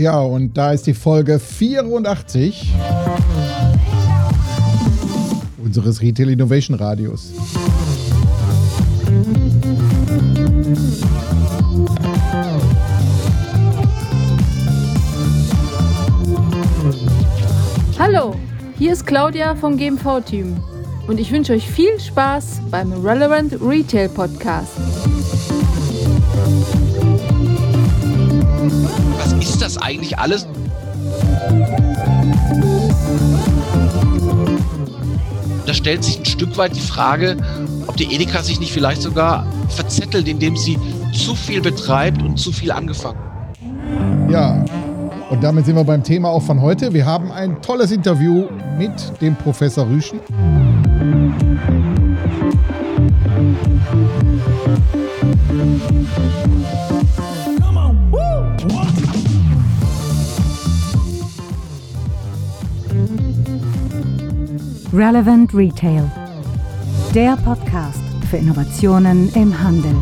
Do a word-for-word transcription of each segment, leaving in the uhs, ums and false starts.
Ja, und da ist die Folge vierundachtzig unseres Retail Innovation Radios. Hallo, hier ist Claudia vom G M V-Team und ich wünsche euch viel Spaß beim Relevant Retail Podcast. Was ist das eigentlich alles? Da stellt sich ein Stück weit die Frage, ob die Edeka sich nicht vielleicht sogar verzettelt, indem sie zu viel betreibt und zu viel angefangen. Ja, und damit sind wir beim Thema auch von heute. Wir haben ein tolles Interview mit dem Professor Rüschen. Relevant Retail, der Podcast für Innovationen im Handel.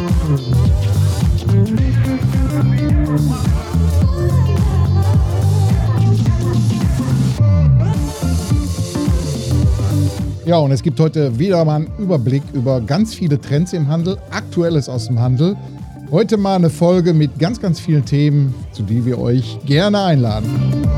Ja, und es gibt heute wieder mal einen Überblick über ganz viele Trends im Handel, Aktuelles aus dem Handel. Heute mal eine Folge mit ganz, ganz vielen Themen, zu denen wir euch gerne einladen.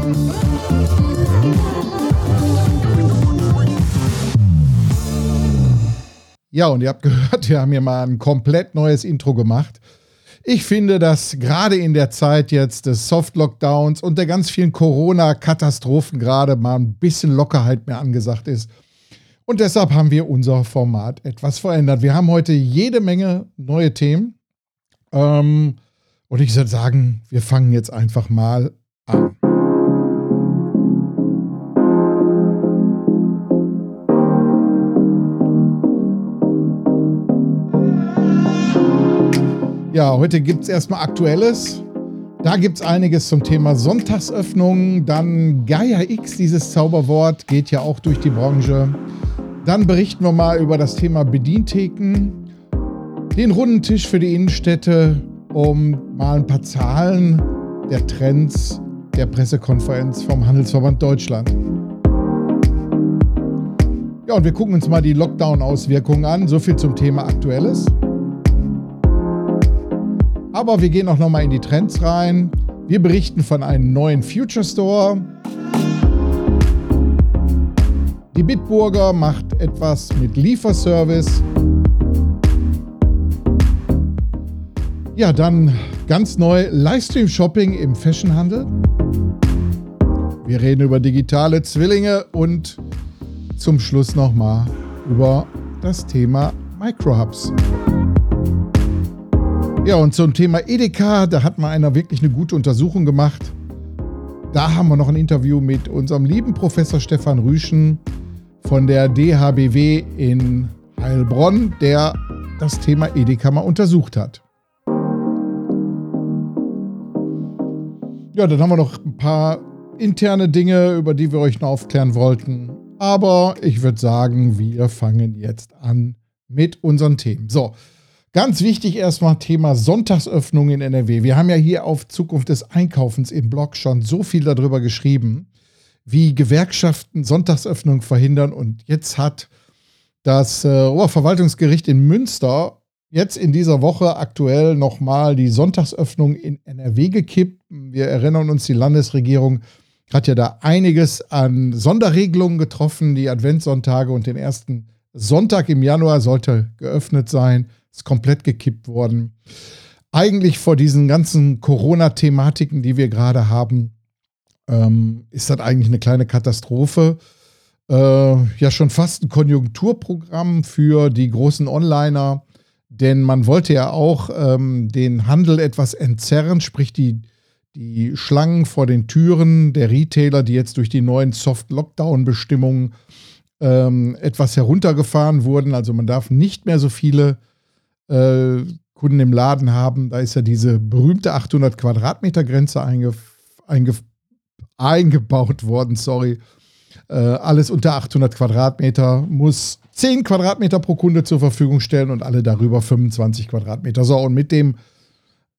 Ja, und ihr habt gehört, wir haben hier mal ein komplett neues Intro gemacht. Ich finde, dass gerade in der Zeit jetzt des Soft-Lockdowns und der ganz vielen Corona-Katastrophen gerade mal ein bisschen Lockerheit mehr angesagt ist. Und deshalb haben wir unser Format etwas verändert. Wir haben heute jede Menge neue Themen. Ähm, und ich würde sagen, wir fangen jetzt einfach mal an. Ja, heute gibt es erstmal Aktuelles. Da gibt es einiges zum Thema Sonntagsöffnung. Dann Gaia X, dieses Zauberwort, geht ja auch durch die Branche. Dann berichten wir mal über das Thema Bedientheken, den runden Tisch für die Innenstädte, um mal ein paar Zahlen der Trends der Pressekonferenz vom Handelsverband Deutschland. Ja, und wir gucken uns mal die Lockdown-Auswirkungen an. So viel zum Thema Aktuelles. Aber wir gehen auch nochmal in die Trends rein. Wir berichten von einem neuen Future Store. Die Bitburger macht etwas mit Lieferservice. Ja, dann ganz neu Livestream-Shopping im Fashionhandel. Wir reden über digitale Zwillinge und zum Schluss nochmal über das Thema Microhubs. Ja, und zum Thema Edeka, da hat mal einer wirklich eine gute Untersuchung gemacht. Da haben wir noch ein Interview mit unserem lieben Professor Stefan Rüschen von der D H B W in Heilbronn, der das Thema Edeka mal untersucht hat. Ja, dann haben wir noch ein paar interne Dinge, über die wir euch noch aufklären wollten. Aber ich würde sagen, wir fangen jetzt an mit unseren Themen. So. Ganz wichtig erstmal Thema Sonntagsöffnung in N R W. Wir haben ja hier auf Zukunft des Einkaufens im Blog schon so viel darüber geschrieben, wie Gewerkschaften Sonntagsöffnung verhindern. Und jetzt hat das äh, Oberverwaltungsgericht in Münster jetzt in dieser Woche aktuell nochmal die Sonntagsöffnung in N R W gekippt. Wir erinnern uns, die Landesregierung hat ja da einiges an Sonderregelungen getroffen. Die Adventssonntage und den ersten Sonntag im Januar sollte geöffnet sein. Ist komplett gekippt worden. Eigentlich vor diesen ganzen Corona-Thematiken, die wir gerade haben, ähm, ist das eigentlich eine kleine Katastrophe. Äh, ja, schon fast ein Konjunkturprogramm für die großen Onliner, denn man wollte ja auch ähm, den Handel etwas entzerren, sprich die, die Schlangen vor den Türen der Retailer, die jetzt durch die neuen Soft-Lockdown-Bestimmungen ähm, etwas heruntergefahren wurden. Also man darf nicht mehr so viele Äh, Kunden im Laden haben. Da ist ja diese berühmte achthundert Quadratmeter Grenze einge, einge, eingebaut worden. Sorry. Äh, alles unter achthundert Quadratmeter muss zehn Quadratmeter pro Kunde zur Verfügung stellen und alle darüber fünfundzwanzig Quadratmeter. So, und mit dem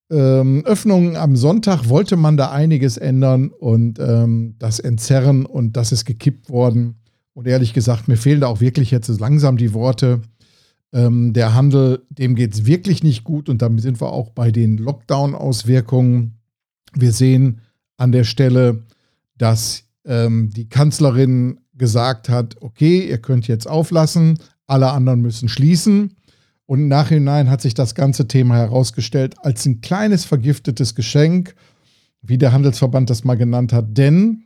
ähm, Öffnungen am Sonntag wollte man da einiges ändern und ähm, das entzerren und das ist gekippt worden. Und ehrlich gesagt, mir fehlen da auch wirklich jetzt langsam die Worte. Ähm, der Handel, dem geht es wirklich nicht gut und damit sind wir auch bei den Lockdown-Auswirkungen. Wir sehen an der Stelle, dass ähm, die Kanzlerin gesagt hat, okay, ihr könnt jetzt auflassen, alle anderen müssen schließen. Und im Nachhinein hat sich das ganze Thema herausgestellt als ein kleines vergiftetes Geschenk, wie der Handelsverband das mal genannt hat. Denn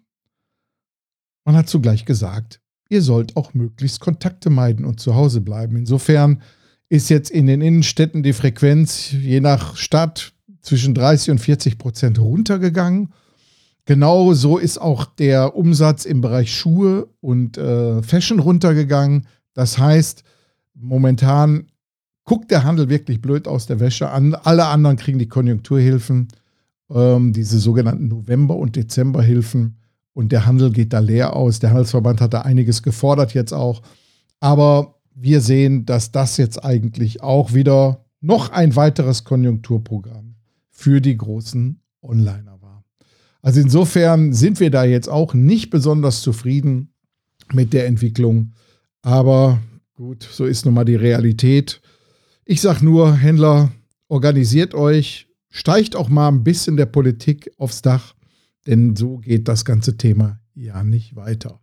man hat zugleich gesagt, ihr sollt auch möglichst Kontakte meiden und zu Hause bleiben. Insofern ist jetzt in den Innenstädten die Frequenz je nach Stadt zwischen dreißig und vierzig Prozent runtergegangen. Genau so ist auch der Umsatz im Bereich Schuhe und äh, Fashion runtergegangen. Das heißt, momentan guckt der Handel wirklich blöd aus der Wäsche an. Alle anderen kriegen die Konjunkturhilfen, ähm, diese sogenannten November- und Dezemberhilfen. Und der Handel geht da leer aus. Der Handelsverband hat da einiges gefordert jetzt auch. Aber wir sehen, dass das jetzt eigentlich auch wieder noch ein weiteres Konjunkturprogramm für die großen Onliner war. Also insofern sind wir da jetzt auch nicht besonders zufrieden mit der Entwicklung. Aber gut, so ist nun mal die Realität. Ich sage nur, Händler, organisiert euch, steigt auch mal ein bisschen der Politik aufs Dach, denn so geht das ganze Thema ja nicht weiter.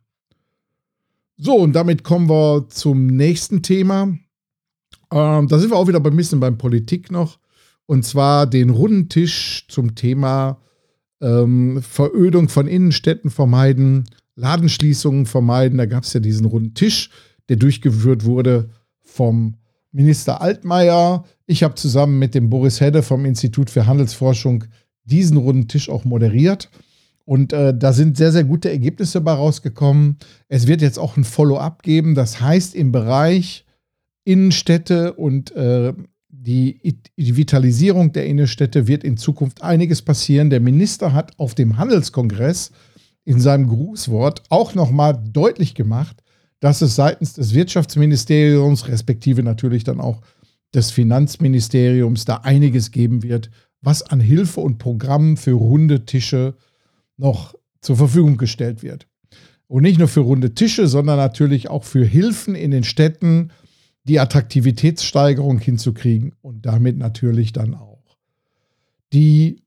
So, und damit kommen wir zum nächsten Thema. Ähm, da sind wir auch wieder ein bisschen beim Politik noch, und zwar den runden Tisch zum Thema ähm, Verödung von Innenstädten vermeiden, Ladenschließungen vermeiden. Da gab es ja diesen runden Tisch, der durchgeführt wurde vom Minister Altmaier. Ich habe zusammen mit dem Boris Hedde vom Institut für Handelsforschung diesen runden Tisch auch moderiert. Und äh, da sind sehr, sehr gute Ergebnisse bei rausgekommen. Es wird jetzt auch ein Follow-up geben. Das heißt, im Bereich Innenstädte und äh, die, die Vitalisierung der Innenstädte wird in Zukunft einiges passieren. Der Minister hat auf dem Handelskongress in seinem Grußwort auch nochmal deutlich gemacht, dass es seitens des Wirtschaftsministeriums, respektive natürlich dann auch des Finanzministeriums, da einiges geben wird, was an Hilfe und Programmen für runde Tische noch zur Verfügung gestellt wird. Und nicht nur für runde Tische, sondern natürlich auch für Hilfen in den Städten, die Attraktivitätssteigerung hinzukriegen und damit natürlich dann auch die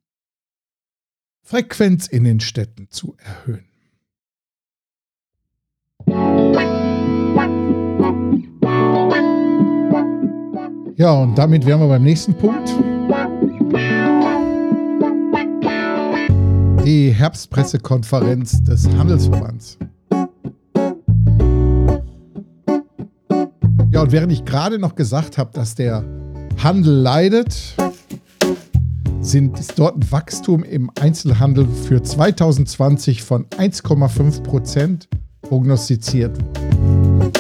Frequenz in den Städten zu erhöhen. Ja, und damit wären wir beim nächsten Punkt. Die Herbstpressekonferenz des Handelsverbands. Ja, und während ich gerade noch gesagt habe, dass der Handel leidet, sind, ist dort ein Wachstum im Einzelhandel für zwanzig zwanzig von eins Komma fünf Prozent prognostiziert worden.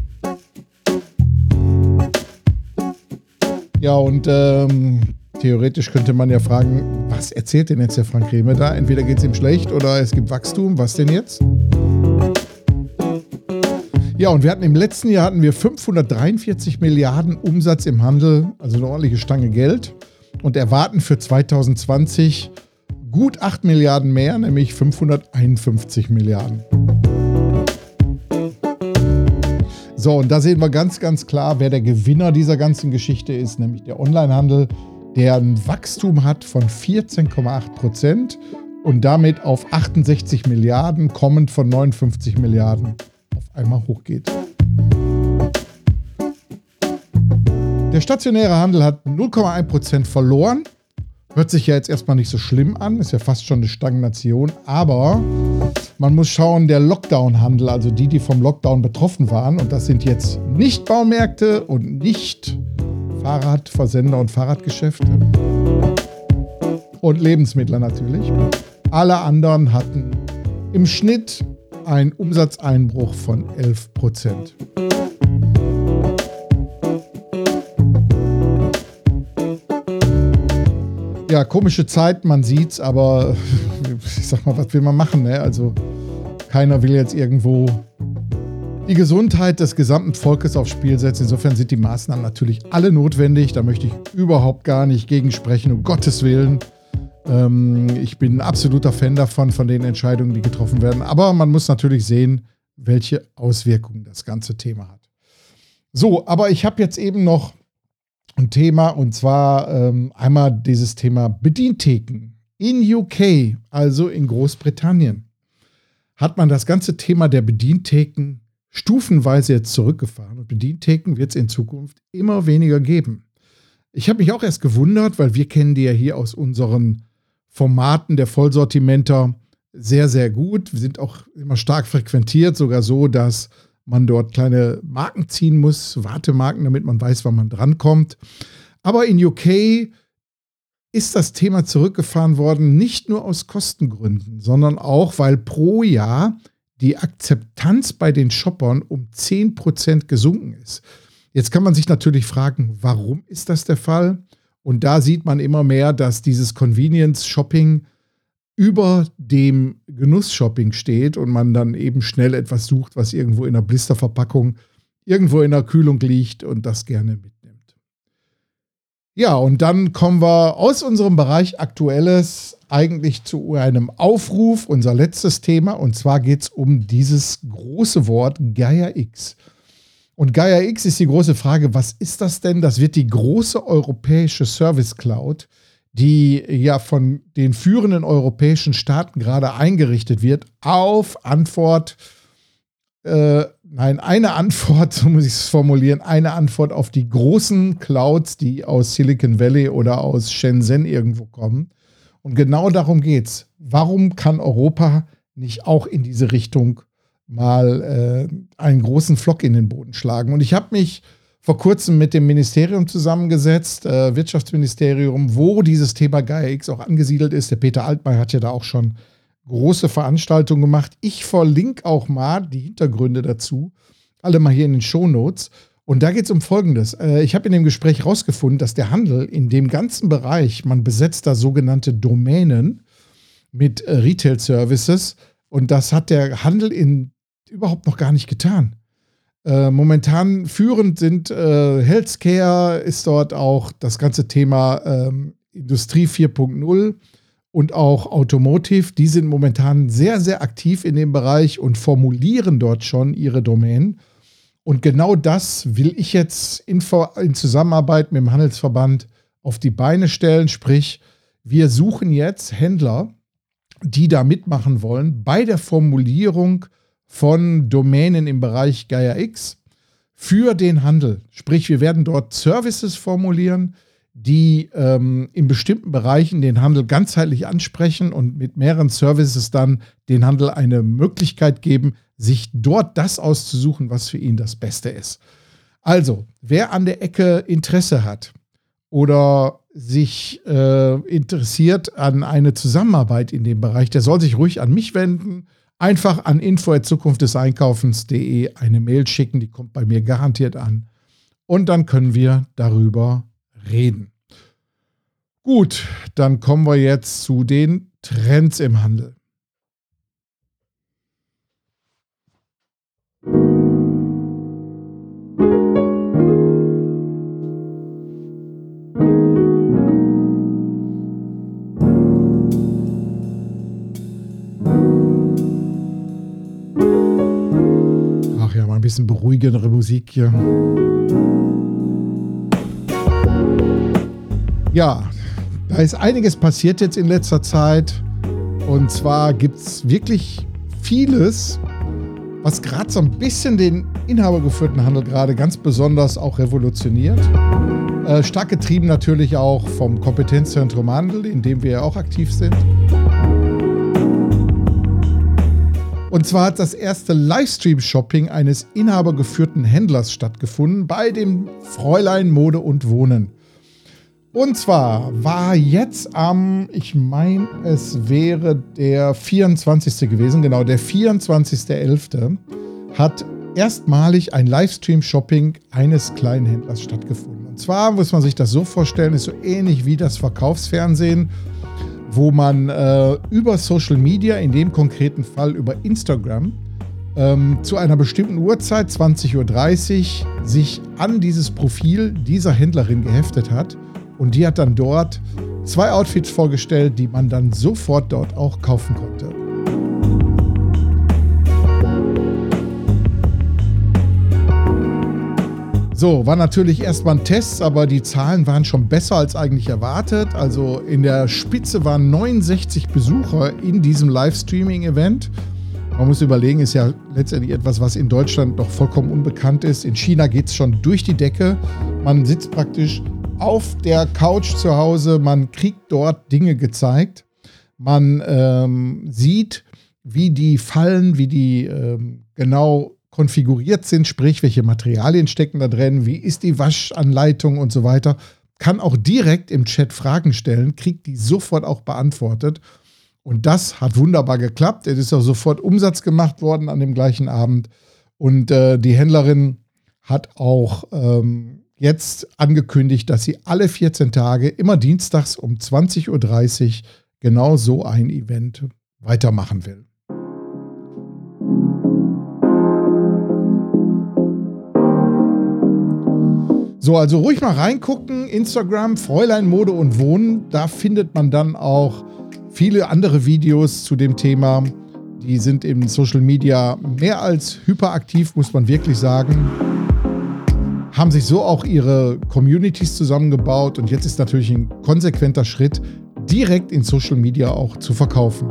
Ja, und ähm, theoretisch könnte man ja fragen, was erzählt denn jetzt der Frank Rehme da? Entweder geht es ihm schlecht oder es gibt Wachstum. Was denn jetzt? Ja, und wir hatten im letzten Jahr hatten wir fünfhundertdreiundvierzig Milliarden Umsatz im Handel, also eine ordentliche Stange Geld. Und erwarten für zwanzig zwanzig gut acht Milliarden mehr, nämlich fünfhunderteinundfünfzig Milliarden. So, und da sehen wir ganz, ganz klar, wer der Gewinner dieser ganzen Geschichte ist, nämlich der Onlinehandel, der ein Wachstum hat von vierzehn Komma acht Prozent und damit auf achtundsechzig Milliarden, kommend von neunundfünfzig Milliarden, auf einmal hochgeht. Der stationäre Handel hat null Komma eins Prozent verloren. Hört sich ja jetzt erstmal nicht so schlimm an, ist ja fast schon eine Stagnation, aber man muss schauen, der Lockdown-Handel, also die, die vom Lockdown betroffen waren, und das sind jetzt nicht Baumärkte und nicht Fahrradversender und Fahrradgeschäfte und Lebensmittel natürlich. Alle anderen hatten im Schnitt einen Umsatzeinbruch von elf Prozent. Ja, komische Zeit, man sieht's, aber ich sag mal, was will man machen, ne? Also keiner will jetzt irgendwo die Gesundheit des gesamten Volkes aufs Spiel setzt. Insofern sind die Maßnahmen natürlich alle notwendig. Da möchte ich überhaupt gar nicht gegen sprechen, um Gottes Willen. Ähm, ich bin ein absoluter Fan davon, von den Entscheidungen, die getroffen werden. Aber man muss natürlich sehen, welche Auswirkungen das ganze Thema hat. So, aber ich habe jetzt eben noch ein Thema, und zwar ähm, einmal dieses Thema Bedientheken. In U K, also in Großbritannien, hat man das ganze Thema der Bedientheken stufenweise jetzt zurückgefahren. Und Bedientheken wird es in Zukunft immer weniger geben. Ich habe mich auch erst gewundert, weil wir kennen die ja hier aus unseren Formaten der Vollsortimenter sehr, sehr gut. Wir sind auch immer stark frequentiert, sogar so, dass man dort kleine Marken ziehen muss, Wartemarken, damit man weiß, wann man drankommt. Aber in U K ist das Thema zurückgefahren worden, nicht nur aus Kostengründen, sondern auch, weil pro Jahr die Akzeptanz bei den Shoppern um zehn Prozent gesunken ist. Jetzt kann man sich natürlich fragen, warum ist das der Fall? Und da sieht man immer mehr, dass dieses Convenience-Shopping über dem Genuss-Shopping steht und man dann eben schnell etwas sucht, was irgendwo in einer Blisterverpackung, irgendwo in der Kühlung liegt und das gerne mitnimmt. Ja, und dann kommen wir aus unserem Bereich Aktuelles eigentlich zu einem Aufruf, unser letztes Thema, und zwar geht es um dieses große Wort Gaia-X. Und Gaia-X ist die große Frage, was ist das denn? Das wird die große europäische Service Cloud, die ja von den führenden europäischen Staaten gerade eingerichtet wird, auf Antwort, äh, nein, eine Antwort, so muss ich es formulieren, eine Antwort auf die großen Clouds, die aus Silicon Valley oder aus Shenzhen irgendwo kommen. Und genau darum geht's. Warum kann Europa nicht auch in diese Richtung mal äh, einen großen Flock in den Boden schlagen? Und ich habe mich vor kurzem mit dem Ministerium zusammengesetzt, äh, Wirtschaftsministerium, wo dieses Thema Gaia-X auch angesiedelt ist. Der Peter Altmaier hat ja da auch schon große Veranstaltungen gemacht. Ich verlinke auch mal die Hintergründe dazu, alle mal hier in den Shownotes. Und da geht es um Folgendes. Äh, ich habe in dem Gespräch rausgefunden, dass der Handel in dem ganzen Bereich, man besetzt da sogenannte Domänen mit äh, Retail-Services, und das hat der Handel in überhaupt noch gar nicht getan. Äh, momentan führend sind äh, Healthcare, ist dort auch das ganze Thema ähm, Industrie vier Punkt null und auch Automotive. Die sind momentan sehr, sehr aktiv in dem Bereich und formulieren dort schon ihre Domänen. Und genau das will ich jetzt in, in Zusammenarbeit mit dem Handelsverband auf die Beine stellen. Sprich, wir suchen jetzt Händler, die da mitmachen wollen bei der Formulierung von Domänen im Bereich Gaia-X für den Handel. Sprich, wir werden dort Services formulieren, die ähm, in bestimmten Bereichen den Handel ganzheitlich ansprechen und mit mehreren Services dann den Handel eine Möglichkeit geben, sich dort das auszusuchen, was für ihn das Beste ist. Also, wer an der Ecke Interesse hat oder sich äh, interessiert an eine Zusammenarbeit in dem Bereich, der soll sich ruhig an mich wenden. Einfach an info at zukunft des einkaufens punkt de eine Mail schicken, die kommt bei mir garantiert an. Und dann können wir darüber reden. Gut, dann kommen wir jetzt zu den Trends im Handel. Ach ja, mal ein bisschen beruhigendere Musik hier. Ja, da ist einiges passiert jetzt in letzter Zeit. Und zwar gibt es wirklich vieles, was gerade so ein bisschen den inhabergeführten Handel gerade ganz besonders auch revolutioniert. Äh, stark getrieben natürlich auch vom Kompetenzzentrum Handel, in dem wir ja auch aktiv sind. Und zwar hat das erste Livestream-Shopping eines inhabergeführten Händlers stattgefunden bei dem Fräulein Mode und Wohnen. Und zwar war jetzt am, ich meine, es wäre der vierundzwanzigste gewesen, genau, der vierundzwanzigster elfte hat erstmalig ein Livestream-Shopping eines kleinen Händlers stattgefunden. Und zwar muss man sich das so vorstellen, ist so ähnlich wie das Verkaufsfernsehen, wo man äh, über Social Media, in dem konkreten Fall über Instagram, ähm, zu einer bestimmten Uhrzeit, zwanzig Uhr dreißig, sich an dieses Profil dieser Händlerin geheftet hat. Und die hat dann dort zwei Outfits vorgestellt, die man dann sofort dort auch kaufen konnte. So, war natürlich erstmal ein Test, aber die Zahlen waren schon besser als eigentlich erwartet. Also in der Spitze waren neunundsechzig Besucher in diesem Livestreaming-Event. Man muss überlegen, ist ja letztendlich etwas, was in Deutschland noch vollkommen unbekannt ist. In China geht es schon durch die Decke. Man sitzt praktisch auf der Couch zu Hause, man kriegt dort Dinge gezeigt. Man ähm, sieht, wie die Fallen, wie die ähm, genau konfiguriert sind, sprich, welche Materialien stecken da drin, wie ist die Waschanleitung und so weiter. Kann auch direkt im Chat Fragen stellen, kriegt die sofort auch beantwortet. Und das hat wunderbar geklappt. Es ist auch sofort Umsatz gemacht worden an dem gleichen Abend. Und äh, die Händlerin hat auch ähm, jetzt angekündigt, dass sie alle vierzehn Tage, immer dienstags um zwanzig Uhr dreißig, genau so ein Event weitermachen will. So, also ruhig mal reingucken. Instagram, Fräulein Mode und Wohnen. Da findet man dann auch viele andere Videos zu dem Thema. Die sind im Social Media mehr als hyperaktiv, muss man wirklich sagen. Haben sich so auch ihre Communities zusammengebaut. Und jetzt ist natürlich ein konsequenter Schritt, direkt in Social Media auch zu verkaufen.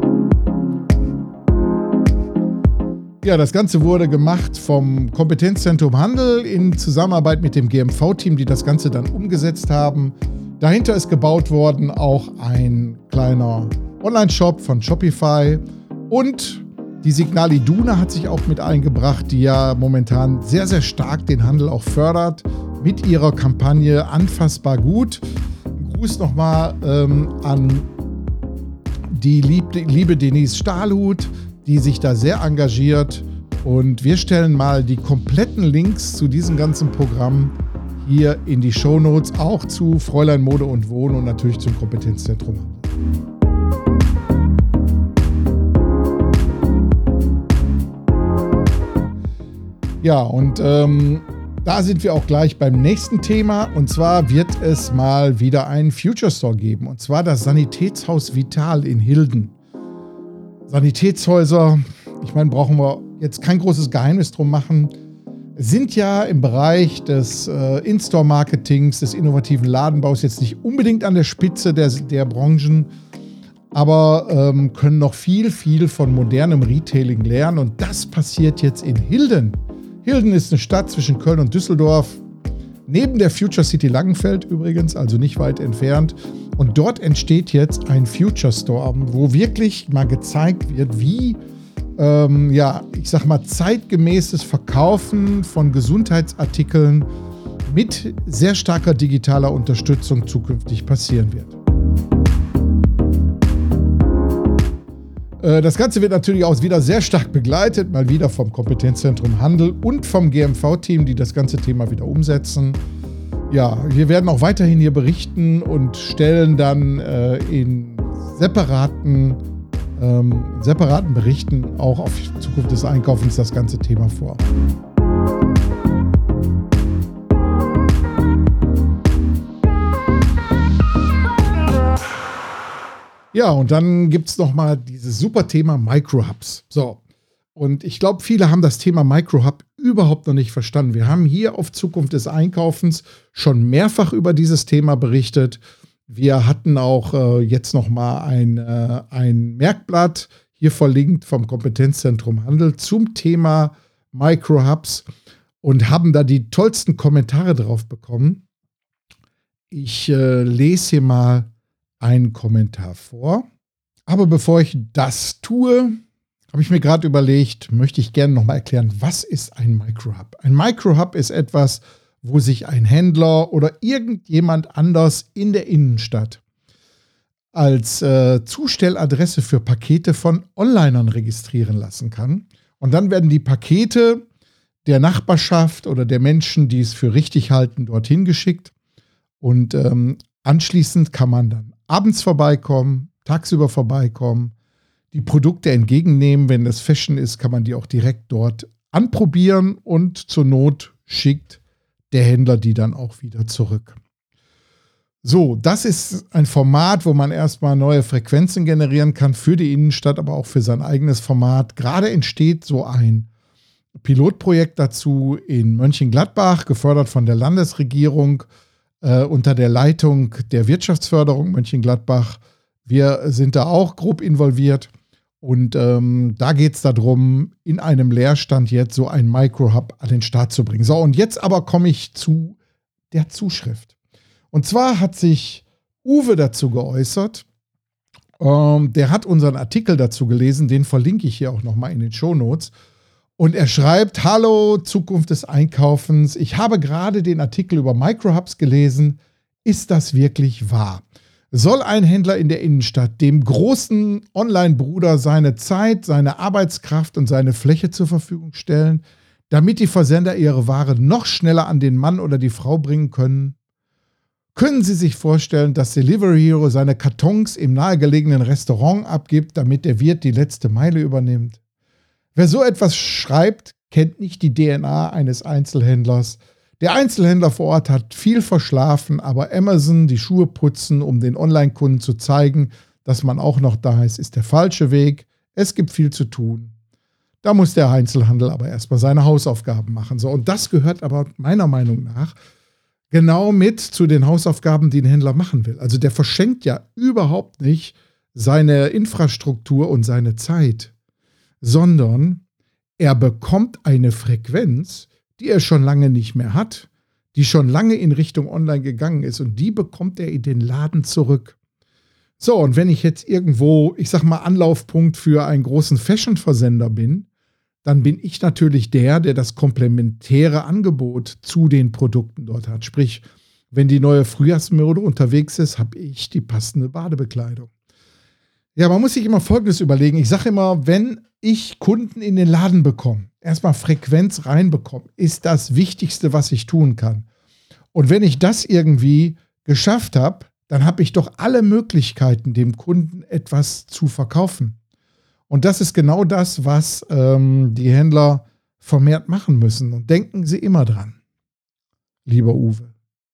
Ja, das Ganze wurde gemacht vom Kompetenzzentrum Handel in Zusammenarbeit mit dem G M V-Team, die das Ganze dann umgesetzt haben. Dahinter ist gebaut worden auch ein kleiner Online-Shop von Shopify und die Signal Iduna hat sich auch mit eingebracht, die ja momentan sehr, sehr stark den Handel auch fördert mit ihrer Kampagne Anfassbar gut. Ein Gruß nochmal ähm, an die liebe, liebe Denise Stahlhut, die sich da sehr engagiert. Und wir stellen mal die kompletten Links zu diesem ganzen Programm hier in die Shownotes, auch zu Fräulein Mode und Wohnen und natürlich zum Kompetenzzentrum. Ja, und ähm, da sind wir auch gleich beim nächsten Thema. Und zwar wird es mal wieder einen Future Store geben. Und zwar das Sanitätshaus Vital in Hilden. Sanitätshäuser, ich meine, brauchen wir jetzt kein großes Geheimnis drum machen, sind ja im Bereich des äh, In-Store-Marketings, des innovativen Ladenbaus jetzt nicht unbedingt an der Spitze der, der Branchen, aber ähm, können noch viel, viel von modernem Retailing lernen. Und das passiert jetzt in Hilden. Hilden ist eine Stadt zwischen Köln und Düsseldorf, neben der Future City Langenfeld übrigens, also nicht weit entfernt. Und dort entsteht jetzt ein Future Store, wo wirklich mal gezeigt wird, wie, ähm, ja, ich sag mal, zeitgemäßes Verkaufen von Gesundheitsartikeln mit sehr starker digitaler Unterstützung zukünftig passieren wird. Äh, das Ganze wird natürlich auch wieder sehr stark begleitet, mal wieder vom Kompetenzzentrum Handel und vom G M V-Team, die das ganze Thema wieder umsetzen. Ja, wir werden auch weiterhin hier berichten und stellen dann äh, in separaten, ähm, separaten Berichten auch auf Zukunft des Einkaufens das ganze Thema vor. Ja, und dann gibt es nochmal dieses super Thema Microhubs. So, und ich glaube, viele haben das Thema Microhub überhaupt noch nicht verstanden. Wir haben hier auf Zukunft des Einkaufens schon mehrfach über dieses Thema berichtet. Wir hatten auch äh, jetzt nochmal ein, äh, ein Merkblatt hier verlinkt vom Kompetenzzentrum Handel zum Thema Microhubs und haben da die tollsten Kommentare drauf bekommen. Ich äh, lese hier mal einen Kommentar vor. Aber bevor ich das tue, habe ich mir gerade überlegt, möchte ich gerne nochmal erklären, was ist ein Microhub? Ein Microhub ist etwas, wo sich ein Händler oder irgendjemand anders in der Innenstadt als äh, Zustelladresse für Pakete von Onlinern registrieren lassen kann. Und dann werden die Pakete der Nachbarschaft oder der Menschen, die es für richtig halten, dorthin geschickt. Und ähm, anschließend kann man dann abends vorbeikommen, tagsüber vorbeikommen, die Produkte entgegennehmen. Wenn das Fashion ist, kann man die auch direkt dort anprobieren und zur Not schickt der Händler die dann auch wieder zurück. So, das ist ein Format, wo man erstmal neue Frequenzen generieren kann für die Innenstadt, aber auch für sein eigenes Format. Gerade entsteht so ein Pilotprojekt dazu in Mönchengladbach, gefördert von der Landesregierung äh, unter der Leitung der Wirtschaftsförderung Mönchengladbach. Wir sind da auch grob involviert und ähm, da geht es darum, in einem Leerstand jetzt so ein Microhub an den Start zu bringen. So, und jetzt aber komme ich zu der Zuschrift. Und zwar hat sich Uwe dazu geäußert. Ähm, der hat unseren Artikel dazu gelesen, den verlinke ich hier auch nochmal in den Shownotes. Und er schreibt: Hallo, Zukunft des Einkaufens. Ich habe gerade den Artikel über Microhubs gelesen. Ist das wirklich wahr? Soll ein Händler in der Innenstadt dem großen Online-Bruder seine Zeit, seine Arbeitskraft und seine Fläche zur Verfügung stellen, damit die Versender ihre Ware noch schneller an den Mann oder die Frau bringen können? Können Sie sich vorstellen, dass Delivery Hero seine Kartons im nahegelegenen Restaurant abgibt, damit der Wirt die letzte Meile übernimmt? Wer so etwas schreibt, kennt nicht die D N A eines Einzelhändlers. Der Einzelhändler vor Ort hat viel verschlafen, aber Amazon die Schuhe putzen, um den Online-Kunden zu zeigen, dass man auch noch da ist, ist der falsche Weg. Es gibt viel zu tun. Da muss der Einzelhandel aber erstmal seine Hausaufgaben machen. So, und das gehört aber meiner Meinung nach genau mit zu den Hausaufgaben, die ein Händler machen will. Also der verschenkt ja überhaupt nicht seine Infrastruktur und seine Zeit, sondern er bekommt eine Frequenz, die er schon lange nicht mehr hat, die schon lange in Richtung Online gegangen ist, und die bekommt er in den Laden zurück. So, und wenn ich jetzt irgendwo, ich sag mal, Anlaufpunkt für einen großen Fashion-Versender bin, dann bin ich natürlich der, der das komplementäre Angebot zu den Produkten dort hat. Sprich, wenn die neue Frühjahrsmode unterwegs ist, habe ich die passende Badebekleidung. Ja, man muss sich immer Folgendes überlegen. Ich sage immer, wenn ich Kunden in den Laden bekomme, erstmal Frequenz reinbekomme, ist das Wichtigste, was ich tun kann. Und wenn ich das irgendwie geschafft habe, dann habe ich doch alle Möglichkeiten, dem Kunden etwas zu verkaufen. Und das ist genau das, was ähm, die Händler vermehrt machen müssen. Und denken Sie immer dran, lieber Uwe,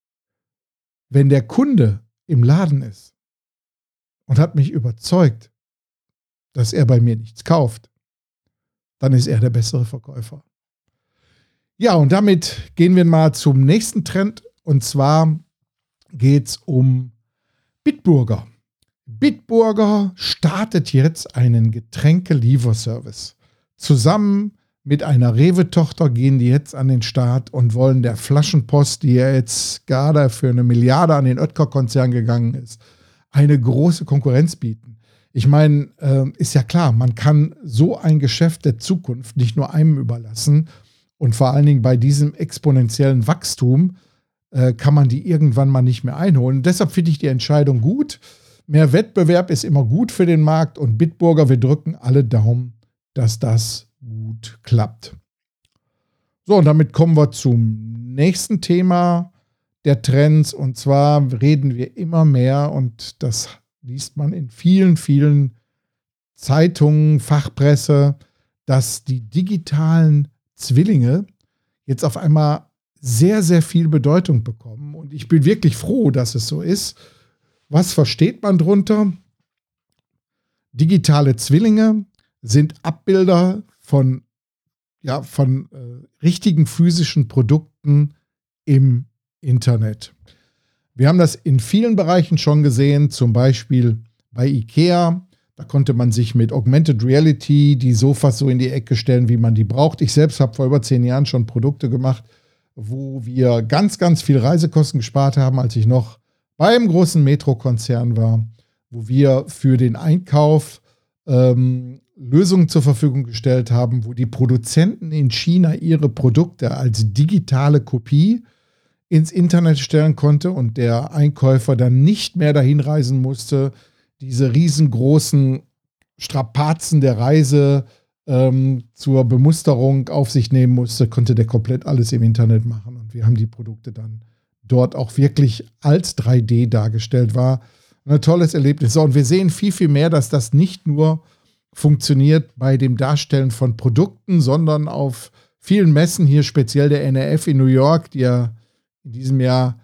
wenn der Kunde im Laden ist und hat mich überzeugt, dass er bei mir nichts kauft, dann ist er der bessere Verkäufer. Ja, und damit gehen wir mal zum nächsten Trend. Und zwar geht es um Bitburger. Bitburger startet jetzt einen Getränke-Lieferservice. Zusammen mit einer Rewe-Tochter gehen die jetzt an den Start und wollen der Flaschenpost, die ja jetzt gerade für eine Milliarde an den Oetker-Konzern gegangen ist, eine große Konkurrenz bieten. Ich meine, äh, ist ja klar, man kann so ein Geschäft der Zukunft nicht nur einem überlassen, und vor allen Dingen bei diesem exponentiellen Wachstum äh, kann man die irgendwann mal nicht mehr einholen. Und deshalb finde ich die Entscheidung gut. Mehr Wettbewerb ist immer gut für den Markt, und Bitburger, wir drücken alle Daumen, dass das gut klappt. So, und damit kommen wir zum nächsten Thema der Trends, und zwar reden wir immer mehr, und das liest man in vielen, vielen Zeitungen, Fachpresse, dass die digitalen Zwillinge jetzt auf einmal sehr, sehr viel Bedeutung bekommen, und ich bin wirklich froh, dass es so ist. Was versteht man drunter? Digitale Zwillinge sind Abbilder von, ja, von äh, richtigen physischen Produkten im Internet. Wir haben das in vielen Bereichen schon gesehen, zum Beispiel bei IKEA. Da konnte man sich mit Augmented Reality die Sofas so in die Ecke stellen, wie man die braucht. Ich selbst habe vor über zehn Jahren schon Produkte gemacht, wo wir ganz, ganz viel Reisekosten gespart haben, als ich noch beim großen Metro-Konzern war, wo wir für den Einkauf ähm, Lösungen zur Verfügung gestellt haben, wo die Produzenten in China ihre Produkte als digitale Kopie ins Internet stellen konnte und der Einkäufer dann nicht mehr dahin reisen musste, diese riesengroßen Strapazen der Reise ähm, zur Bemusterung auf sich nehmen musste, konnte der komplett alles im Internet machen, und wir haben die Produkte dann dort auch wirklich als drei D dargestellt. War ein tolles Erlebnis. So, und wir sehen viel, viel mehr, dass das nicht nur funktioniert bei dem Darstellen von Produkten, sondern auf vielen Messen, hier speziell der N R F in New York, die ja in diesem Jahr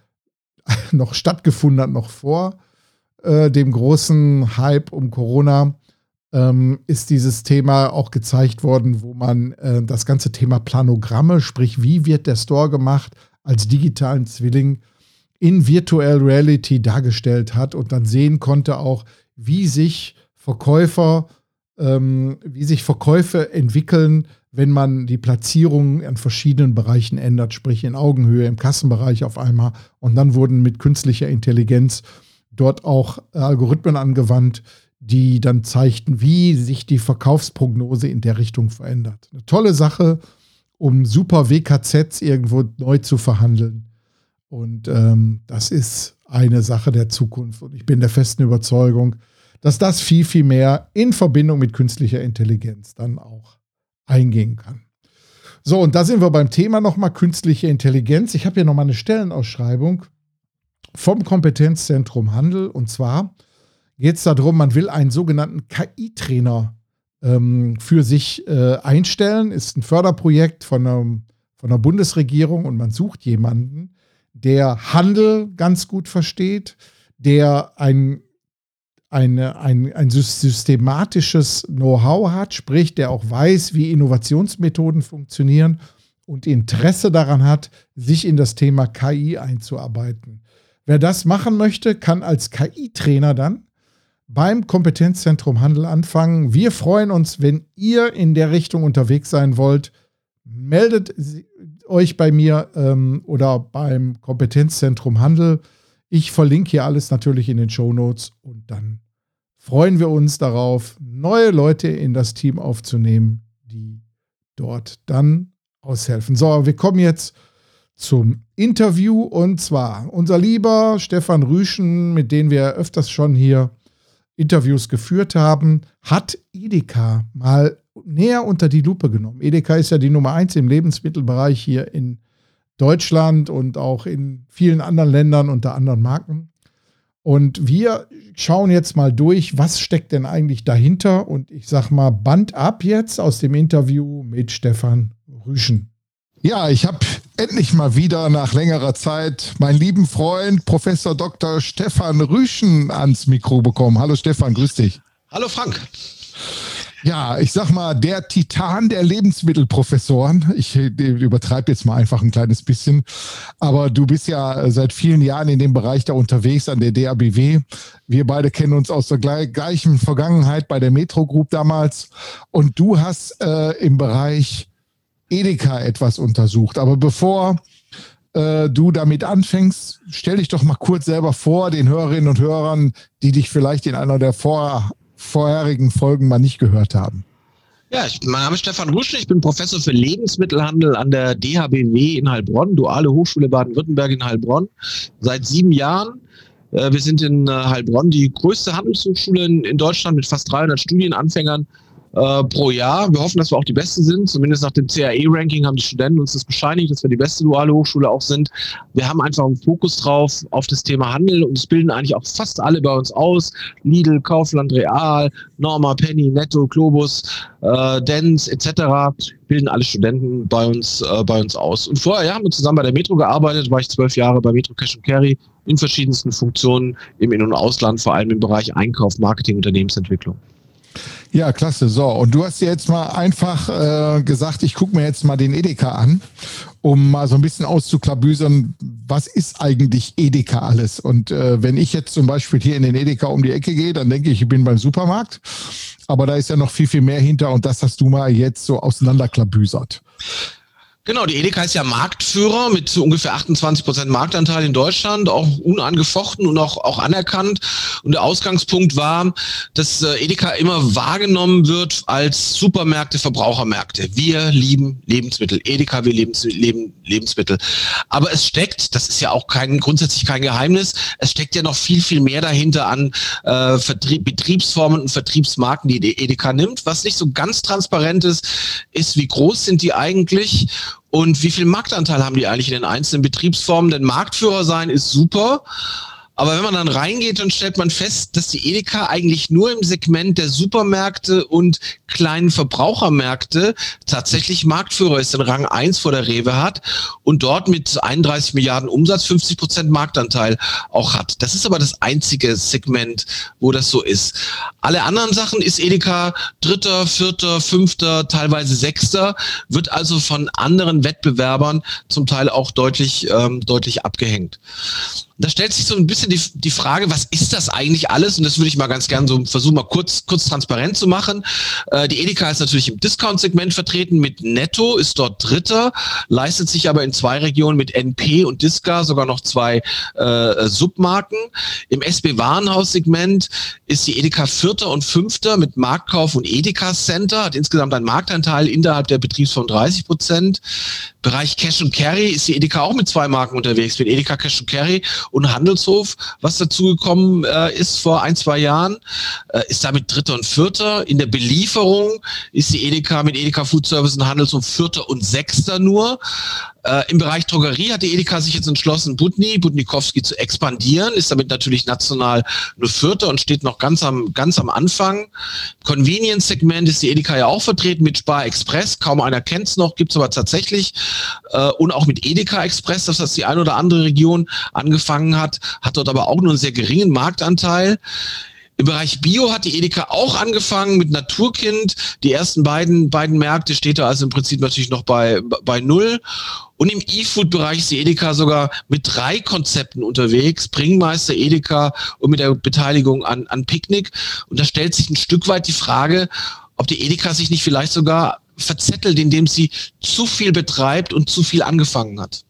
noch stattgefunden hat, noch vor äh, dem großen Hype um Corona, ähm, ist dieses Thema auch gezeigt worden, wo man äh, das ganze Thema Planogramme, sprich wie wird der Store gemacht, als digitalen Zwilling in Virtual Reality dargestellt hat und dann sehen konnte auch, wie sich Verkäufer, ähm, wie sich Verkäufe entwickeln, wenn man die Platzierung an verschiedenen Bereichen ändert, sprich in Augenhöhe, im Kassenbereich auf einmal. Und dann wurden mit künstlicher Intelligenz dort auch Algorithmen angewandt, die dann zeigten, wie sich die Verkaufsprognose in der Richtung verändert. Eine tolle Sache, um super W K Zs irgendwo neu zu verhandeln. Und ähm, das ist eine Sache der Zukunft. Und ich bin der festen Überzeugung, dass das viel, viel mehr in Verbindung mit künstlicher Intelligenz dann auch eingehen kann. So, und da sind wir beim Thema nochmal künstliche Intelligenz. Ich habe hier nochmal eine Stellenausschreibung vom Kompetenzzentrum Handel. Und zwar geht es darum, man will einen sogenannten K I-Trainer ähm, für sich äh, einstellen. Ist ein Förderprojekt von, einem, von der Bundesregierung und man sucht jemanden, der Handel ganz gut versteht, der ein, eine, ein, ein systematisches Know-how hat, sprich, der auch weiß, wie Innovationsmethoden funktionieren und Interesse daran hat, sich in das Thema K I einzuarbeiten. Wer das machen möchte, kann als K I-Trainer dann beim Kompetenzzentrum Handel anfangen. Wir freuen uns, wenn ihr in der Richtung unterwegs sein wollt. Meldet euch bei mir ähm, oder beim Kompetenzzentrum Handel. Ich verlinke hier alles natürlich in den Shownotes und dann freuen wir uns darauf, neue Leute in das Team aufzunehmen, die dort dann aushelfen. So, wir kommen jetzt zum Interview und zwar unser lieber Stefan Rüschen, mit dem wir öfters schon hier Interviews geführt haben, hat Edeka mal näher unter die Lupe genommen. Edeka ist ja die Nummer eins im Lebensmittelbereich hier in Deutschland und auch in vielen anderen Ländern unter anderen Marken. Und wir schauen jetzt mal durch, was steckt denn eigentlich dahinter? Und ich sag mal, Band ab jetzt aus dem Interview mit Stefan Rüschen. Ja, ich habe endlich mal wieder nach längerer Zeit meinen lieben Freund Professor Doktor Stefan Rüschen ans Mikro bekommen. Hallo Stefan, grüß dich. Hallo Frank. Ja, ich sag mal, der Titan der Lebensmittelprofessoren. Ich übertreibe jetzt mal einfach ein kleines bisschen. Aber du bist ja seit vielen Jahren in dem Bereich da unterwegs an der D A B W. Wir beide kennen uns aus der gleichen Vergangenheit bei der Metro Group damals. Und du hast äh, im Bereich Edeka etwas untersucht. Aber bevor äh, du damit anfängst, stell dich doch mal kurz selber vor, den Hörerinnen und Hörern, die dich vielleicht in einer der vor, vorherigen Folgen mal nicht gehört haben. Ja, ich, mein Name ist Stefan Rüschen, ich bin Professor für Lebensmittelhandel an der D H B W in Heilbronn, Duale Hochschule Baden-Württemberg in Heilbronn, seit sieben Jahren. Äh, wir sind in äh, Heilbronn die größte Handelshochschule in, in Deutschland mit fast dreihundert Studienanfängern Äh, pro Jahr. Wir hoffen, dass wir auch die Beste sind. Zumindest nach dem C A E-Ranking haben die Studenten uns das bescheinigt, dass wir die beste duale Hochschule auch sind. Wir haben einfach einen Fokus drauf auf das Thema Handel und es bilden eigentlich auch fast alle bei uns aus. Lidl, Kaufland, Real, Norma, Penny, Netto, Globus, äh, Dents et cetera bilden alle Studenten bei uns, äh, bei uns aus. Und vorher ja, haben wir zusammen bei der Metro gearbeitet, war ich zwölf Jahre bei Metro Cash and Carry in verschiedensten Funktionen im In- und Ausland, vor allem im Bereich Einkauf, Marketing, Unternehmensentwicklung. Ja, klasse. So, und du hast dir jetzt mal einfach äh, gesagt, ich gucke mir jetzt mal den Edeka an, um mal so ein bisschen auszuklabüsern, was ist eigentlich Edeka alles? Und äh, wenn ich jetzt zum Beispiel hier in den Edeka um die Ecke gehe, dann denke ich, ich bin beim Supermarkt. Aber da ist ja noch viel, viel mehr hinter und das hast du mal jetzt so auseinanderklabüsert. Genau, die Edeka ist ja Marktführer mit ungefähr achtundzwanzig Prozent Marktanteil in Deutschland, auch unangefochten und auch, auch anerkannt. Und der Ausgangspunkt war, dass äh, Edeka immer wahrgenommen wird als Supermärkte, Verbrauchermärkte. Wir lieben Lebensmittel. Edeka, wir lieben Leben, Lebensmittel. Aber es steckt, das ist ja auch kein grundsätzlich kein Geheimnis, es steckt ja noch viel, viel mehr dahinter an äh, Vertrieb, Betriebsformen und Vertriebsmarken, die die Edeka nimmt. Was nicht so ganz transparent ist, ist, wie groß sind die eigentlich? Und wie viel Marktanteil haben die eigentlich in den einzelnen Betriebsformen? Denn Marktführer sein ist super, Aber wenn man dann reingeht, dann stellt man fest, dass die Edeka eigentlich nur im Segment der Supermärkte und kleinen Verbrauchermärkte tatsächlich Marktführer ist, den Rang eins vor der Rewe hat und dort mit einunddreißig Milliarden Umsatz fünfzig Prozent Marktanteil auch hat. Das ist aber das einzige Segment, wo das so ist. Alle anderen Sachen ist Edeka Dritter, Vierter, Fünfter, teilweise Sechster, wird also von anderen Wettbewerbern zum Teil auch deutlich, ähm, deutlich abgehängt. Da stellt sich so ein bisschen die, die Frage, was ist das eigentlich alles? Und das würde ich mal ganz gerne so versuchen, mal kurz, kurz transparent zu machen. Äh, die Edeka ist natürlich im Discount-Segment vertreten mit Netto, ist dort Dritter, leistet sich aber in zwei Regionen mit N P und Disca sogar noch zwei äh, Submarken. Im S B-Warenhaus-Segment ist die Edeka Vierter und Fünfter mit Marktkauf und Edeka Center, hat insgesamt einen Marktanteil innerhalb der Betriebsform dreißig Prozent. Bereich Cash and Carry ist die Edeka auch mit zwei Marken unterwegs, mit Edeka Cash and Carry und Handelshof, was dazugekommen äh, ist vor ein, zwei Jahren, äh, ist damit Dritter und Vierter. In der Belieferung ist die Edeka mit Edeka Food Service und Handelshof Vierter und Sechster nur. Äh, Im Bereich Drogerie hat die Edeka sich jetzt entschlossen, Butni, Butnikowski zu expandieren, ist damit natürlich national nur Vierter und steht noch ganz am, ganz am Anfang. Convenience-Segment ist die Edeka ja auch vertreten mit Spar Express, kaum einer kennt es noch, gibt es aber tatsächlich. Äh, und auch mit Edeka Express, das heißt die eine oder andere Region angefangen hat, hat dort aber auch nur einen sehr geringen Marktanteil. Im Bereich Bio hat die Edeka auch angefangen mit Naturkind. Die ersten beiden, beiden Märkte steht da also im Prinzip natürlich noch bei, bei Null. Und im E-Food-Bereich ist die Edeka sogar mit drei Konzepten unterwegs. Bringmeister, Edeka und mit der Beteiligung an, an Picknick. Und da stellt sich ein Stück weit die Frage, ob die Edeka sich nicht vielleicht sogar verzettelt, indem sie zu viel betreibt und zu viel angefangen hat.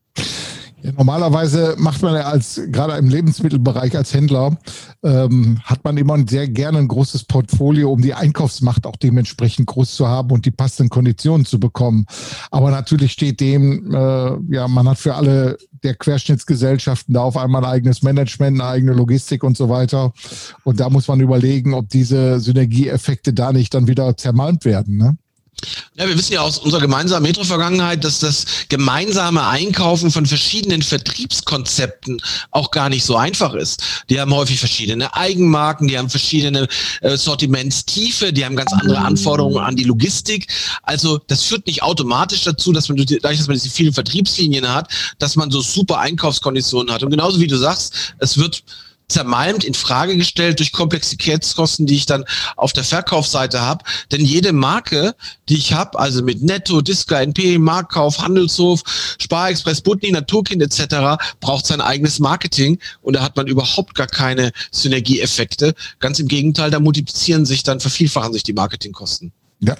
Ja, normalerweise macht man ja als, gerade im Lebensmittelbereich als Händler, ähm, hat man immer sehr gerne ein großes Portfolio, um die Einkaufsmacht auch dementsprechend groß zu haben und die passenden Konditionen zu bekommen. Aber natürlich steht dem, äh, ja, man hat für alle der Querschnittsgesellschaften da auf einmal ein eigenes Management, eine eigene Logistik und so weiter. Und da muss man überlegen, ob diese Synergieeffekte da nicht dann wieder zermalmt werden, ne? Ja, wir wissen ja aus unserer gemeinsamen Metro-Vergangenheit, dass das gemeinsame Einkaufen von verschiedenen Vertriebskonzepten auch gar nicht so einfach ist. Die haben häufig verschiedene Eigenmarken, die haben verschiedene äh, Sortimentstiefe, die haben ganz andere Anforderungen an die Logistik. Also das führt nicht automatisch dazu, dass man dadurch, dass man diese vielen Vertriebslinien hat, dass man so super Einkaufskonditionen hat. Und genauso wie du sagst, es wird zermalmt, in Frage gestellt durch Komplexitätskosten, die ich dann auf der Verkaufsseite habe. Denn jede Marke, die ich habe, also mit Netto, Disca, N P, Marktkauf, Handelshof, Spar Express, Butni, Naturkind et cetera, braucht sein eigenes Marketing und da hat man überhaupt gar keine Synergieeffekte. Ganz im Gegenteil, da multiplizieren sich dann, vervielfachen sich die Marketingkosten. Ja,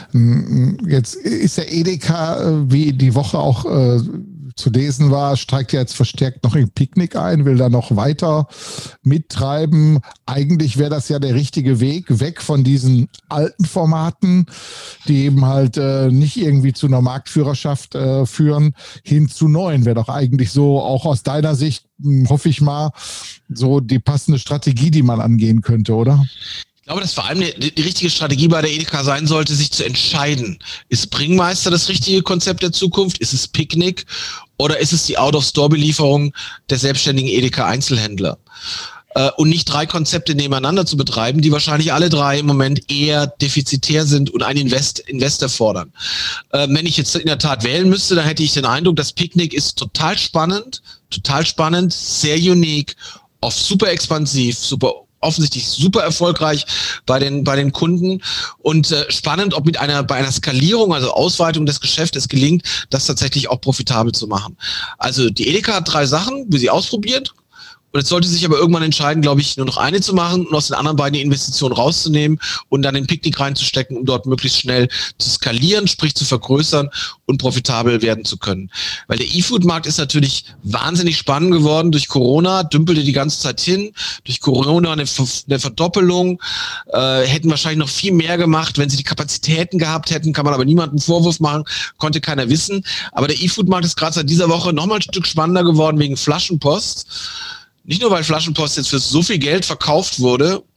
jetzt ist der Edeka, wie die Woche auch äh, zu lesen war, steigt ja jetzt verstärkt noch in Picknick ein, will da noch weiter mittreiben. Eigentlich wäre das ja der richtige Weg, weg von diesen alten Formaten, die eben halt äh, nicht irgendwie zu einer Marktführerschaft äh, führen, hin zu neuen. Wäre doch eigentlich so, auch aus deiner Sicht, hoffe ich mal, so die passende Strategie, die man angehen könnte, oder? Ich glaube, dass vor allem die, die richtige Strategie bei der Edeka sein sollte, sich zu entscheiden. Ist Bringmeister das richtige Konzept der Zukunft? Ist es Picknick? Oder ist es die Out-of-Store-Belieferung der selbstständigen Edeka-Einzelhändler? Äh, und nicht drei Konzepte nebeneinander zu betreiben, die wahrscheinlich alle drei im Moment eher defizitär sind und einen Invest, Invest erfordern. Äh, wenn ich jetzt in der Tat wählen müsste, dann hätte ich den Eindruck, das Picknick ist total spannend, total spannend, sehr unique, oft super expansiv, super offensichtlich super erfolgreich bei den bei den Kunden und äh, spannend, ob mit einer bei einer Skalierung, also Ausweitung des Geschäftes gelingt, das tatsächlich auch profitabel zu machen. Also die Edeka hat drei Sachen, die sie ausprobiert. Und jetzt sollte sich aber irgendwann entscheiden, glaube ich, nur noch eine zu machen und aus den anderen beiden die Investitionen rauszunehmen und dann den Picknick reinzustecken, um dort möglichst schnell zu skalieren, sprich zu vergrößern und profitabel werden zu können. Weil der E-Food-Markt ist natürlich wahnsinnig spannend geworden. Durch Corona dümpelte die ganze Zeit hin. Durch Corona eine, eine Verdoppelung. Äh, hätten wahrscheinlich noch viel mehr gemacht, wenn sie die Kapazitäten gehabt hätten. Kann man aber niemandem Vorwurf machen. Konnte keiner wissen. Aber der E-Food-Markt ist gerade seit dieser Woche nochmal ein Stück spannender geworden wegen Flaschenpost. Nicht nur, weil Flaschenpost jetzt für so viel Geld verkauft wurde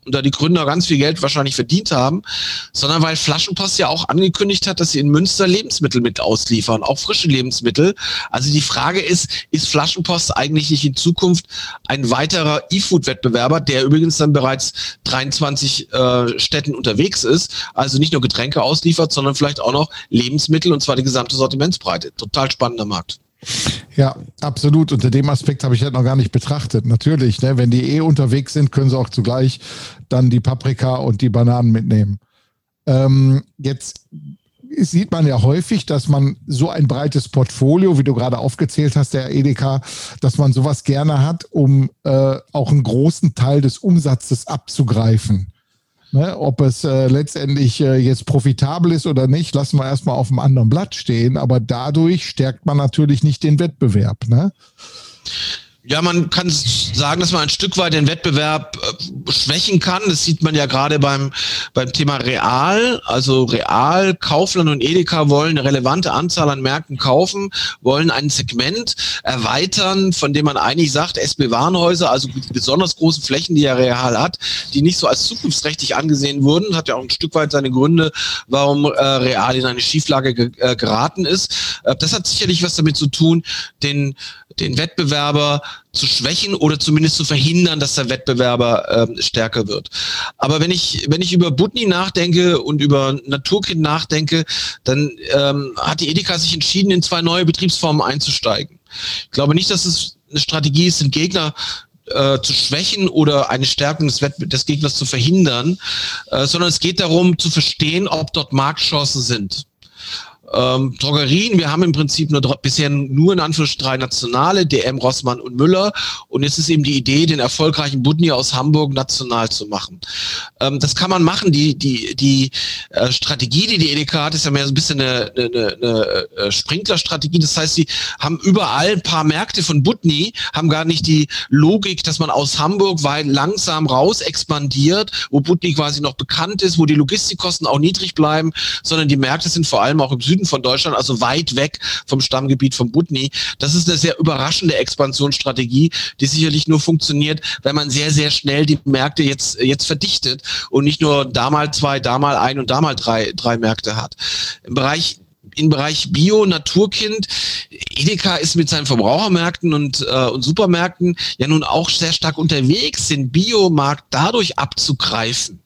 und da die Gründer ganz viel Geld wahrscheinlich verdient haben, sondern weil Flaschenpost ja auch angekündigt hat, dass sie in Münster Lebensmittel mit ausliefern, auch frische Lebensmittel. Also die Frage ist, ist Flaschenpost eigentlich nicht in Zukunft ein weiterer E-Food-Wettbewerber, der übrigens dann bereits dreiundzwanzig äh, Städten unterwegs ist, also nicht nur Getränke ausliefert, sondern vielleicht auch noch Lebensmittel, und zwar die gesamte Sortimentsbreite. Total spannender Markt. Ja, absolut. Unter dem Aspekt habe ich halt noch gar nicht betrachtet. Natürlich, ne, wenn die eh unterwegs sind, können sie auch zugleich dann die Paprika und die Bananen mitnehmen. Ähm, jetzt sieht man ja häufig, dass man so ein breites Portfolio, wie du gerade aufgezählt hast, der Edeka, dass man sowas gerne hat, um äh, auch einen großen Teil des Umsatzes abzugreifen. Ne, ob es äh, letztendlich äh, jetzt profitabel ist oder nicht, lassen wir erstmal auf einem anderen Blatt stehen, aber dadurch stärkt man natürlich nicht den Wettbewerb, ne? Ja, man kann sagen, dass man ein Stück weit den Wettbewerb äh, schwächen kann. Das sieht man ja gerade beim beim Thema Real. Also Real, Kaufland und Edeka wollen eine relevante Anzahl an Märkten kaufen, wollen ein Segment erweitern, von dem man eigentlich sagt, S B Warenhäuser, also die besonders großen Flächen, die ja Real hat, die nicht so als zukunftsträchtig angesehen wurden. Das hat ja auch ein Stück weit seine Gründe, warum äh, Real in eine Schieflage ge äh, geraten ist. Äh, das hat sicherlich was damit zu tun, den den Wettbewerber zu schwächen oder zumindest zu verhindern, dass der Wettbewerber ähm, stärker wird. Aber wenn ich wenn ich über Budni nachdenke und über Naturkind nachdenke, dann ähm, hat die Edeka sich entschieden, in zwei neue Betriebsformen einzusteigen. Ich glaube nicht, dass es eine Strategie ist, den Gegner äh, zu schwächen oder eine Stärkung des, Wett des Gegners zu verhindern, äh, sondern es geht darum, zu verstehen, ob dort Marktchancen sind. Ähm, Drogerien, wir haben im Prinzip nur bisher nur in Anführungsstrichen drei nationale, D M, Rossmann und Müller, und jetzt ist eben die Idee, den erfolgreichen Budni aus Hamburg national zu machen. Ähm, das kann man machen. Die die die äh, Strategie, die die Edeka hat, ist ja mehr so ein bisschen eine, eine, eine, eine Sprinklerstrategie. Das heißt, sie haben überall ein paar Märkte von Budni, haben gar nicht die Logik, dass man aus Hamburg weit langsam raus expandiert, wo Budni quasi noch bekannt ist, wo die Logistikkosten auch niedrig bleiben, sondern die Märkte sind vor allem auch im Süden von Deutschland, also weit weg vom Stammgebiet von Budni. Das ist eine sehr überraschende Expansionsstrategie, die sicherlich nur funktioniert, wenn man sehr, sehr schnell die Märkte jetzt, jetzt verdichtet und nicht nur da mal zwei, da mal ein und da mal drei, drei Märkte hat. Im Bereich Im Bereich Bio, Naturkind, Edeka ist mit seinen Verbrauchermärkten und, äh, und Supermärkten ja nun auch sehr stark unterwegs, den Biomarkt dadurch abzugreifen.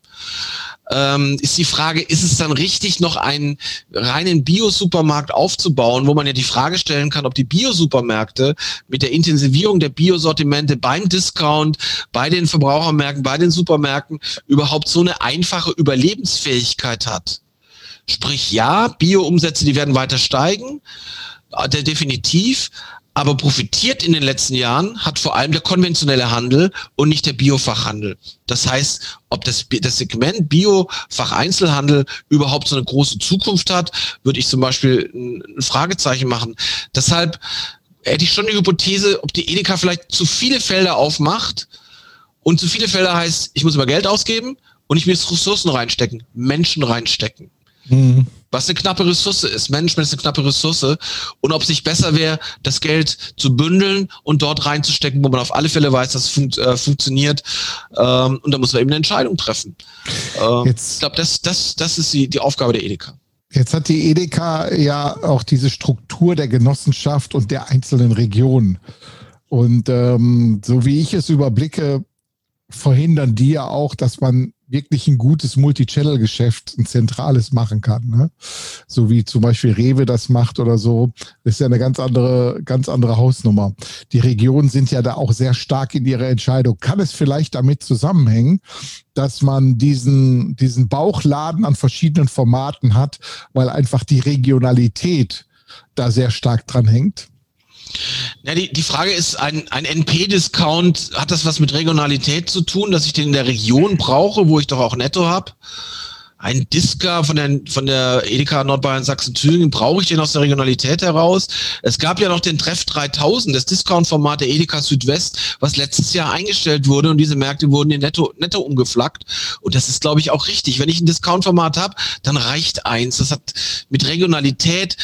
Ähm, ist die Frage, ist es dann richtig, noch einen reinen Bio-Supermarkt aufzubauen, wo man ja die Frage stellen kann, ob die Bio-Supermärkte mit der Intensivierung der Biosortimente beim Discount, bei den Verbrauchermärkten, bei den Supermärkten überhaupt so eine einfache Überlebensfähigkeit hat. Sprich, ja, Bio-Umsätze, die werden weiter steigen, äh, definitiv. Aber profitiert in den letzten Jahren hat vor allem der konventionelle Handel und nicht der Biofachhandel. Das heißt, ob das, das Segment Biofacheinzelhandel überhaupt so eine große Zukunft hat, würde ich zum Beispiel ein Fragezeichen machen. Deshalb hätte ich schon die Hypothese, ob die Edeka vielleicht zu viele Felder aufmacht, und zu viele Felder heißt, ich muss immer Geld ausgeben und ich muss Ressourcen reinstecken, Menschen reinstecken. Mhm. Was eine knappe Ressource ist. Management ist eine knappe Ressource. Und ob es nicht besser wäre, das Geld zu bündeln und dort reinzustecken, wo man auf alle Fälle weiß, dass es fun äh, funktioniert. Ähm, und da muss man eben eine Entscheidung treffen. Ähm, Jetzt, ich glaube, das, das, das ist die, die Aufgabe der Edeka. Jetzt hat die Edeka ja auch diese Struktur der Genossenschaft und der einzelnen Regionen. Und ähm, so wie ich es überblicke, verhindern die ja auch, dass man wirklich ein gutes Multi-Channel-Geschäft, ein zentrales machen kann, ne? So wie zum Beispiel Rewe das macht oder so. Das ist ja eine ganz andere, ganz andere Hausnummer. Die Regionen sind ja da auch sehr stark in ihrer Entscheidung. Kann es vielleicht damit zusammenhängen, dass man diesen, diesen Bauchladen an verschiedenen Formaten hat, weil einfach die Regionalität da sehr stark dran hängt? Ja, die, die Frage ist, ein, ein N P-Discount, hat das was mit Regionalität zu tun, dass ich den in der Region brauche, wo ich doch auch Netto habe? Ein Disca von der, von der Edeka Nordbayern Sachsen-Thüringen, brauche ich den aus der Regionalität heraus? Es gab ja noch den Treff dreitausend, das Discount-Format der Edeka Südwest, was letztes Jahr eingestellt wurde, und diese Märkte wurden in Netto, Netto umgeflaggt. Und das ist, glaube ich, auch richtig. Wenn ich ein Discount-Format habe, dann reicht eins. Das hat mit Regionalität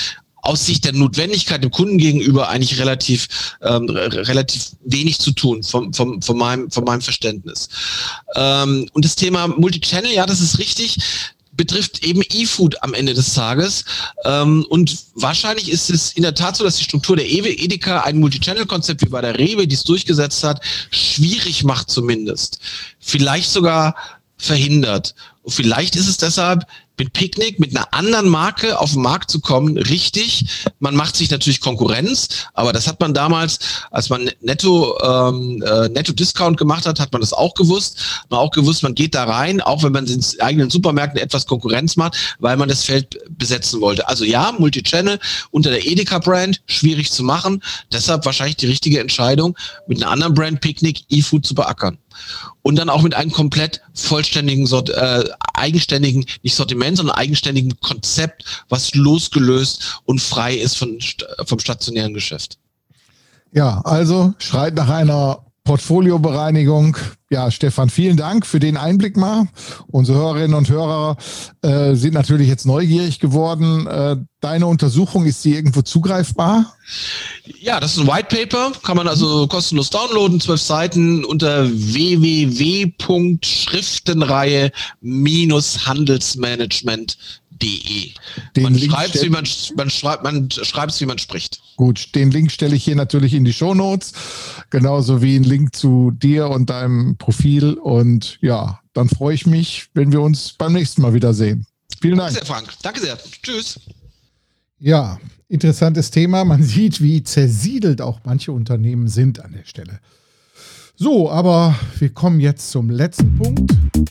aus Sicht der Notwendigkeit dem Kunden gegenüber eigentlich relativ, ähm, relativ wenig zu tun vom, vom, von meinem, von meinem Verständnis. Ähm, und das Thema Multichannel, ja, das ist richtig, betrifft eben E-Food am Ende des Tages. Ähm, und wahrscheinlich ist es in der Tat so, dass die Struktur der Edeka ein Multichannel-Konzept wie bei der Rewe, die es durchgesetzt hat, schwierig macht zumindest. Vielleicht sogar verhindert. Und vielleicht ist es deshalb mit Picknick, mit einer anderen Marke auf den Markt zu kommen, richtig. Man macht sich natürlich Konkurrenz, aber das hat man damals, als man Netto, ähm, äh, Netto-Discount gemacht hat, hat man das auch gewusst. Man hat auch gewusst, man geht da rein, auch wenn man in den eigenen Supermärkten etwas Konkurrenz macht, weil man das Feld besetzen wollte. Also ja, Multichannel unter der Edeka-Brand, schwierig zu machen. Deshalb wahrscheinlich die richtige Entscheidung, mit einer anderen Brand Picknick E-Food zu beackern. Und dann auch mit einem komplett vollständigen, äh, eigenständigen, nicht Sortiment, sondern eigenständigen Konzept, was losgelöst und frei ist von, vom stationären Geschäft. Ja, also schreit nach einer Portfoliobereinigung. Ja, Stefan, vielen Dank für den Einblick mal. Unsere Hörerinnen und Hörer äh, sind natürlich jetzt neugierig geworden. Äh, deine Untersuchung, ist sie irgendwo zugreifbar? Ja, das ist ein White Paper, kann man also kostenlos downloaden, zwölf Seiten unter w w w punkt schriftenreihe Bindestrich handelsmanagement punkt de. Man schreibt, wie man, man schreibt, man schreibt, wie man spricht. Gut, den Link stelle ich hier natürlich in die Shownotes, genauso wie ein Link zu dir und deinem Profil. Und ja, dann freue ich mich, wenn wir uns beim nächsten Mal wiedersehen. Vielen Dank. Danke sehr, Frank. Danke sehr. Tschüss. Ja, interessantes Thema. Man sieht, wie zersiedelt auch manche Unternehmen sind an der Stelle. So, aber wir kommen jetzt zum letzten Punkt.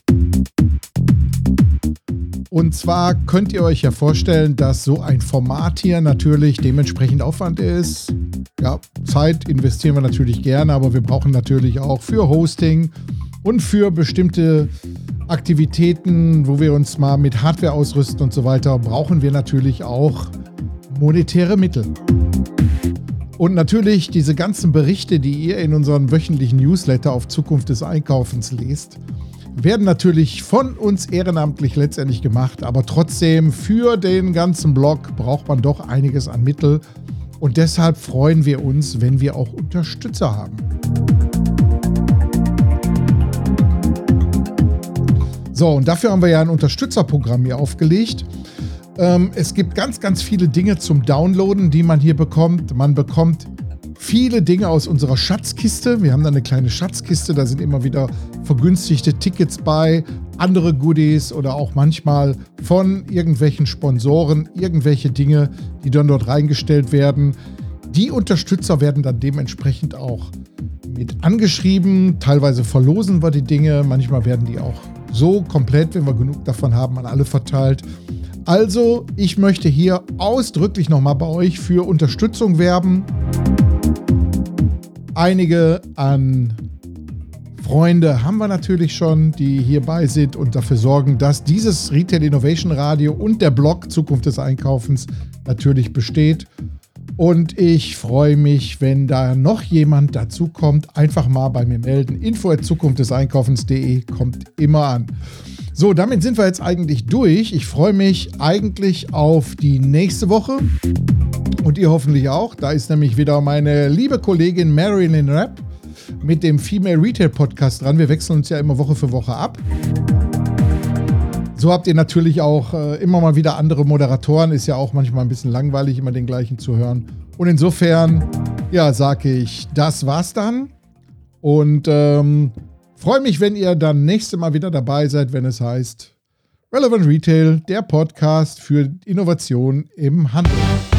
Und zwar könnt ihr euch ja vorstellen, dass so ein Format hier natürlich dementsprechend Aufwand ist. Ja, Zeit investieren wir natürlich gerne, aber wir brauchen natürlich auch für Hosting und für bestimmte Aktivitäten, wo wir uns mal mit Hardware ausrüsten und so weiter, brauchen wir natürlich auch monetäre Mittel. Und natürlich diese ganzen Berichte, die ihr in unserem wöchentlichen Newsletter auf Zukunft des Einkaufens lest, werden natürlich von uns ehrenamtlich letztendlich gemacht, aber trotzdem für den ganzen Blog braucht man doch einiges an Mittel und deshalb freuen wir uns, wenn wir auch Unterstützer haben. So, und dafür haben wir ja ein Unterstützerprogramm hier aufgelegt. Ähm, es gibt ganz, ganz viele Dinge zum Downloaden, die man hier bekommt. Man bekommt viele Dinge aus unserer Schatzkiste. Wir haben da eine kleine Schatzkiste, da sind immer wieder vergünstigte Tickets bei, andere Goodies oder auch manchmal von irgendwelchen Sponsoren irgendwelche Dinge, die dann dort reingestellt werden. Die Unterstützer werden dann dementsprechend auch mit angeschrieben. Teilweise verlosen wir die Dinge, manchmal werden die auch so komplett, wenn wir genug davon haben, an alle verteilt. Also, ich möchte hier ausdrücklich nochmal bei euch für Unterstützung werben. Einige an Freunde haben wir natürlich schon, die hierbei sind und dafür sorgen, dass dieses Retail Innovation Radio und der Blog Zukunft des Einkaufens natürlich besteht. Und ich freue mich, wenn da noch jemand dazu kommt, einfach mal bei mir melden. info at zukunft des einkaufens punkt de kommt immer an. So, damit sind wir jetzt eigentlich durch. Ich freue mich eigentlich auf die nächste Woche. Und ihr hoffentlich auch. Da ist nämlich wieder meine liebe Kollegin Marilyn Rapp mit dem Female Retail Podcast dran. Wir wechseln uns ja immer Woche für Woche ab. So habt ihr natürlich auch äh, immer mal wieder andere Moderatoren. Ist ja auch manchmal ein bisschen langweilig, immer den gleichen zu hören. Und insofern, ja, sage ich, das war's dann. Und ähm, freue mich, wenn ihr dann nächstes Mal wieder dabei seid, wenn es heißt Relevant Retail, der Podcast für Innovation im Handel.